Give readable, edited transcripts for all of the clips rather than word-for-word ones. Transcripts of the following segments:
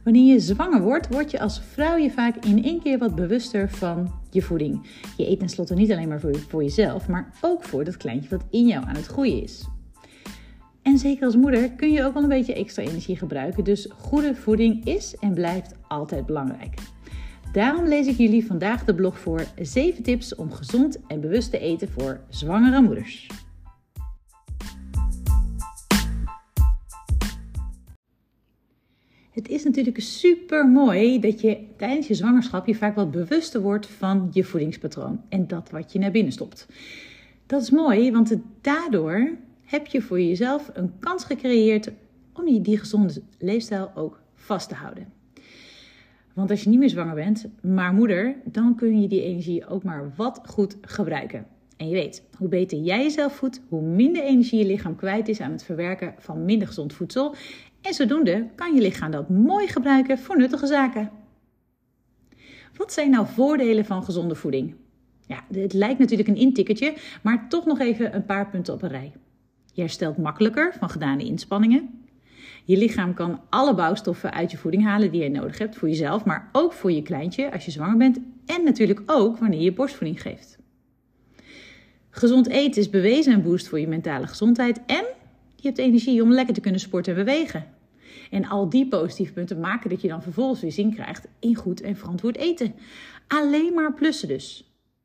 Wanneer je zwanger wordt, word je als vrouw je vaak in één keer wat bewuster van je voeding. Je eet tenslotte niet alleen maar voor jezelf, maar ook voor dat kleintje wat in jou aan het groeien is. En zeker als moeder kun je ook wel een beetje extra energie gebruiken, dus goede voeding is en blijft altijd belangrijk. Daarom lees ik jullie vandaag de blog voor 7 tips om gezond en bewust te eten voor zwangere moeders. Het is natuurlijk super mooi dat je tijdens je zwangerschap je vaak wat bewuster wordt van je voedingspatroon en dat wat je naar binnen stopt. Dat is mooi, want daardoor heb je voor jezelf een kans gecreëerd om je die gezonde leefstijl ook vast te houden. Want als je niet meer zwanger bent, maar moeder, dan kun je die energie ook maar wat goed gebruiken. En je weet, hoe beter jij jezelf voedt, hoe minder energie je lichaam kwijt is aan het verwerken van minder gezond voedsel. En zodoende kan je lichaam dat mooi gebruiken voor nuttige zaken. Wat zijn nou voordelen van gezonde voeding? Ja, het lijkt natuurlijk een intikkertje, maar toch nog even een paar punten op een rij. Je herstelt makkelijker van gedane inspanningen. Je lichaam kan alle bouwstoffen uit je voeding halen die je nodig hebt voor jezelf, maar ook voor je kleintje als je zwanger bent en natuurlijk ook wanneer je borstvoeding geeft. Gezond eten is bewezen een boost voor je mentale gezondheid en je hebt energie om lekker te kunnen sporten en bewegen. En al die positieve punten maken dat je dan vervolgens weer zin krijgt in goed en verantwoord eten. Alleen maar plussen dus.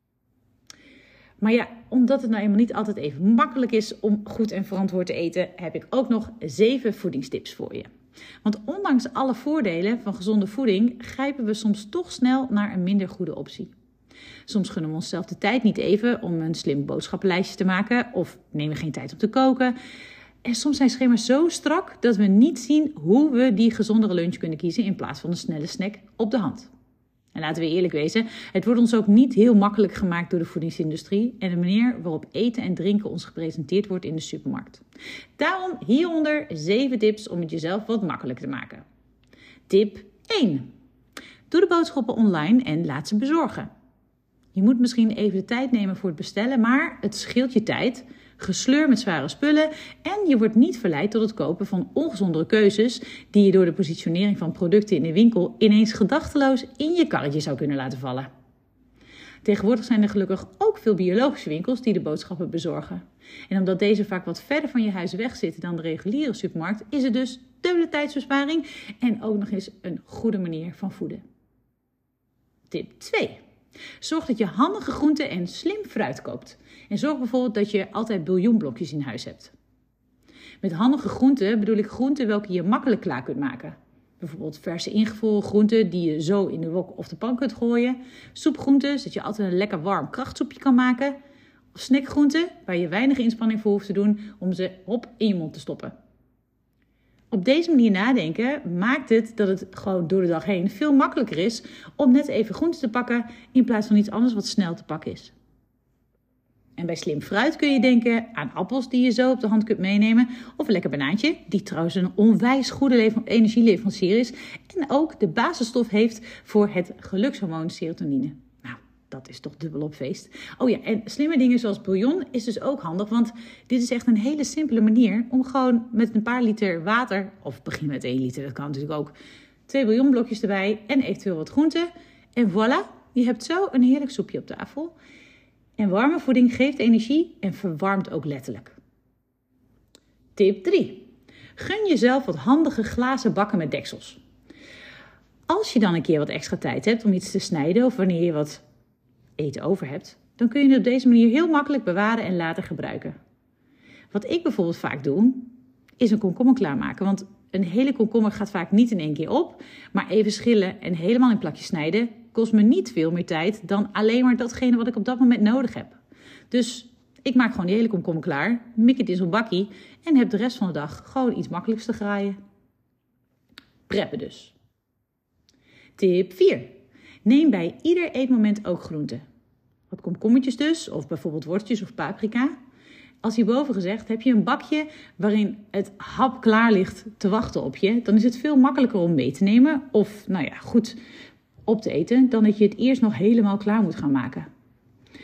Maar ja, omdat het nou eenmaal niet altijd even makkelijk is om goed en verantwoord te eten, heb ik ook nog 7 voedingstips voor je. Want ondanks alle voordelen van gezonde voeding grijpen we soms toch snel naar een minder goede optie. Soms gunnen we onszelf de tijd niet even om een slim boodschappenlijstje te maken of nemen we geen tijd om te koken. En soms zijn schema's zo strak dat we niet zien hoe we die gezondere lunch kunnen kiezen in plaats van een snelle snack op de hand. En laten we eerlijk wezen, het wordt ons ook niet heel makkelijk gemaakt door de voedingsindustrie en de manier waarop eten en drinken ons gepresenteerd wordt in de supermarkt. Daarom hieronder 7 tips om het jezelf wat makkelijker te maken. Tip 1. Doe de boodschappen online en laat ze bezorgen. Je moet misschien even de tijd nemen voor het bestellen, maar het scheelt je tijd, gesleur met zware spullen en je wordt niet verleid tot het kopen van ongezondere keuzes die je door de positionering van producten in de winkel ineens gedachteloos in je karretje zou kunnen laten vallen. Tegenwoordig zijn er gelukkig ook veel biologische winkels die de boodschappen bezorgen. En omdat deze vaak wat verder van je huis weg zitten dan de reguliere supermarkt, is het dus dubbele tijdsbesparing en ook nog eens een goede manier van voeden. Tip 2. Zorg dat je handige groenten en slim fruit koopt. En zorg bijvoorbeeld dat je altijd bouillonblokjes in huis hebt. Met handige groenten bedoel ik groenten welke je makkelijk klaar kunt maken. Bijvoorbeeld verse ingevroren groenten die je zo in de wok of de pan kunt gooien. Soepgroenten, zodat je altijd een lekker warm krachtsoepje kan maken. Of snackgroenten waar je weinig inspanning voor hoeft te doen om ze hop in je mond te stoppen. Op deze manier nadenken maakt het dat het gewoon door de dag heen veel makkelijker is om net even groenten te pakken in plaats van iets anders wat snel te pakken is. En bij slim fruit kun je denken aan appels die je zo op de hand kunt meenemen of een lekker banaantje, die trouwens een onwijs goede energieleverancier is en ook de basisstof heeft voor het gelukshormoon serotonine. Nou, dat is toch dubbel op feest. Oh ja, en slimme dingen zoals bouillon is dus ook handig, want dit is echt een hele simpele manier om gewoon met een paar liter water, of begin met 1 liter, dat kan natuurlijk ook, 2 bouillonblokjes erbij en eventueel wat groenten. En voilà, je hebt zo een heerlijk soepje op tafel. En warme voeding geeft energie en verwarmt ook letterlijk. Tip 3. Gun jezelf wat handige glazen bakken met deksels. Als je dan een keer wat extra tijd hebt om iets te snijden of wanneer je wat eten over hebt, dan kun je het op deze manier heel makkelijk bewaren en later gebruiken. Wat ik bijvoorbeeld vaak doe, is een komkommer klaarmaken. Want een hele komkommer gaat vaak niet in één keer op, maar even schillen en helemaal in plakjes snijden kost me niet veel meer tijd dan alleen maar datgene wat ik op dat moment nodig heb. Dus ik maak gewoon die hele komkommer klaar, mik het in zo'n bakkie en heb de rest van de dag gewoon iets makkelijks te graaien. Preppen dus. Tip 4. Neem bij ieder eetmoment ook groenten. Wat komkommertjes dus, of bijvoorbeeld wortjes of paprika. Als hierboven gezegd, heb je een bakje waarin het hap klaar ligt te wachten op je, dan is het veel makkelijker om mee te nemen of goed op te eten dan dat je het eerst nog helemaal klaar moet gaan maken.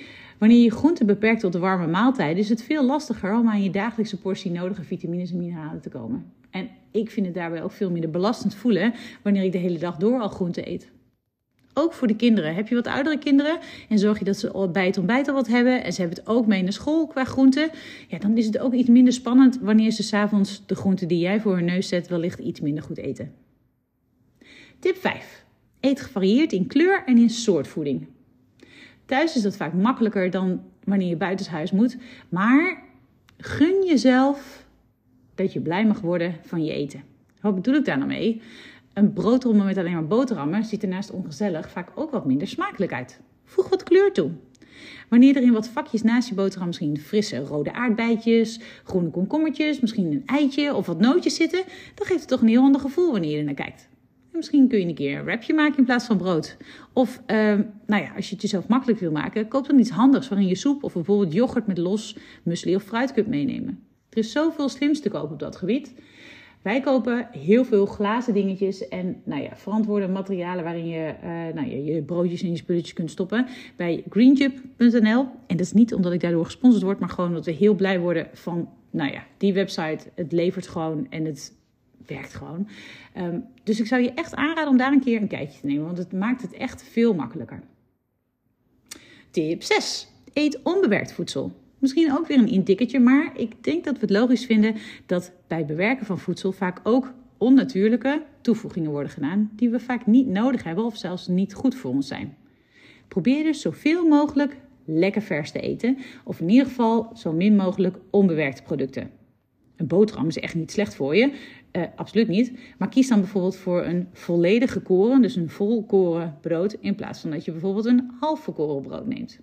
Wanneer je groenten beperkt tot de warme maaltijden, is het veel lastiger om aan je dagelijkse portie nodige vitamines en mineralen te komen. En ik vind het daarbij ook veel minder belastend voelen wanneer ik de hele dag door al groenten eet. Ook voor de kinderen. Heb je wat oudere kinderen en zorg je dat ze bij het ontbijt al wat hebben en ze hebben het ook mee naar school qua groenten, ja, dan is het ook iets minder spannend wanneer ze 's avonds de groenten die jij voor hun neus zet wellicht iets minder goed eten. Tip 5. Eet gevarieerd in kleur en in soort voeding. Thuis is dat vaak makkelijker dan wanneer je buitenshuis moet, maar gun jezelf dat je blij mag worden van je eten. Wat bedoel ik daar nou mee? Een broodrommel met alleen maar boterhammen ziet er naast ongezellig vaak ook wat minder smakelijk uit. Voeg wat kleur toe. Wanneer er in wat vakjes naast je boterham misschien frisse rode aardbeidjes, groene komkommertjes, misschien een eitje of wat nootjes zitten, dan geeft het toch een heel ander gevoel wanneer je er naar kijkt. En misschien kun je een keer een wrapje maken in plaats van brood. Of als je het jezelf makkelijk wil maken, koop dan iets handigs waarin je soep of bijvoorbeeld yoghurt met los muesli of fruit kunt meenemen. Er is zoveel slims te kopen op dat gebied. Wij kopen heel veel glazen dingetjes en verantwoorde materialen waarin je je broodjes en je spulletjes kunt stoppen bij greenchip.nl. En dat is niet omdat ik daardoor gesponsord word, maar gewoon omdat we heel blij worden van die website. Het levert gewoon en het werkt gewoon. Dus ik zou je echt aanraden om daar een keer een kijkje te nemen, want het maakt het echt veel makkelijker. Tip 6. Eet onbewerkt voedsel. Misschien ook weer een intikketje, maar ik denk dat we het logisch vinden dat bij bewerken van voedsel vaak ook onnatuurlijke toevoegingen worden gedaan die we vaak niet nodig hebben of zelfs niet goed voor ons zijn. Probeer dus zoveel mogelijk lekker vers te eten of in ieder geval zo min mogelijk onbewerkte producten. Een boterham is echt niet slecht voor je, absoluut niet, maar kies dan bijvoorbeeld voor een volledig gekoren, dus een volkoren brood in plaats van dat je bijvoorbeeld een half volkoren brood neemt.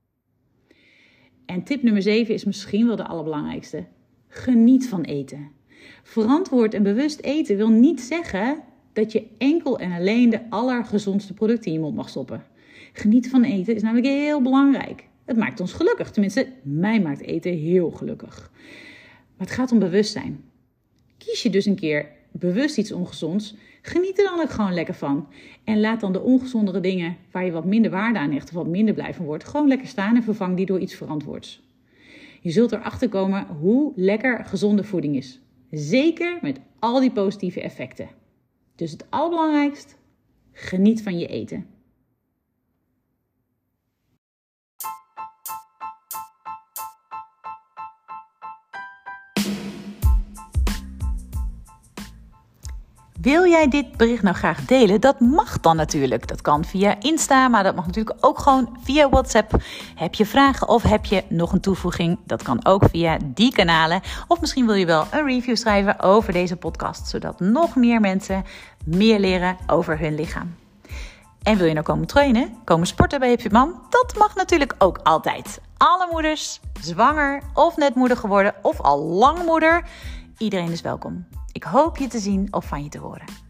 En tip nummer 7 is misschien wel de allerbelangrijkste. Geniet van eten. Verantwoord en bewust eten wil niet zeggen dat je enkel en alleen de allergezondste producten in je mond mag stoppen. Genieten van eten is namelijk heel belangrijk. Het maakt ons gelukkig. Tenminste, mij maakt eten heel gelukkig. Maar het gaat om bewustzijn. Kies je dus een keer bewust iets ongezonds, geniet er dan ook gewoon lekker van. En laat dan de ongezondere dingen waar je wat minder waarde aan hecht of wat minder blij van wordt, gewoon lekker staan en vervang die door iets verantwoords. Je zult erachter komen hoe lekker gezonde voeding is. Zeker met al die positieve effecten. Dus het allerbelangrijkst, geniet van je eten. Wil jij dit bericht nou graag delen? Dat mag dan natuurlijk. Dat kan via Insta, maar dat mag natuurlijk ook gewoon via WhatsApp. Heb je vragen of heb je nog een toevoeging? Dat kan ook via die kanalen. Of misschien wil je wel een review schrijven over deze podcast, zodat nog meer mensen meer leren over hun lichaam. En wil je nou komen trainen, komen sporten bij Happy Mom? Dat mag natuurlijk ook altijd. Alle moeders, zwanger of net moeder geworden of al lang moeder, iedereen is welkom. Ik hoop je te zien of van je te horen.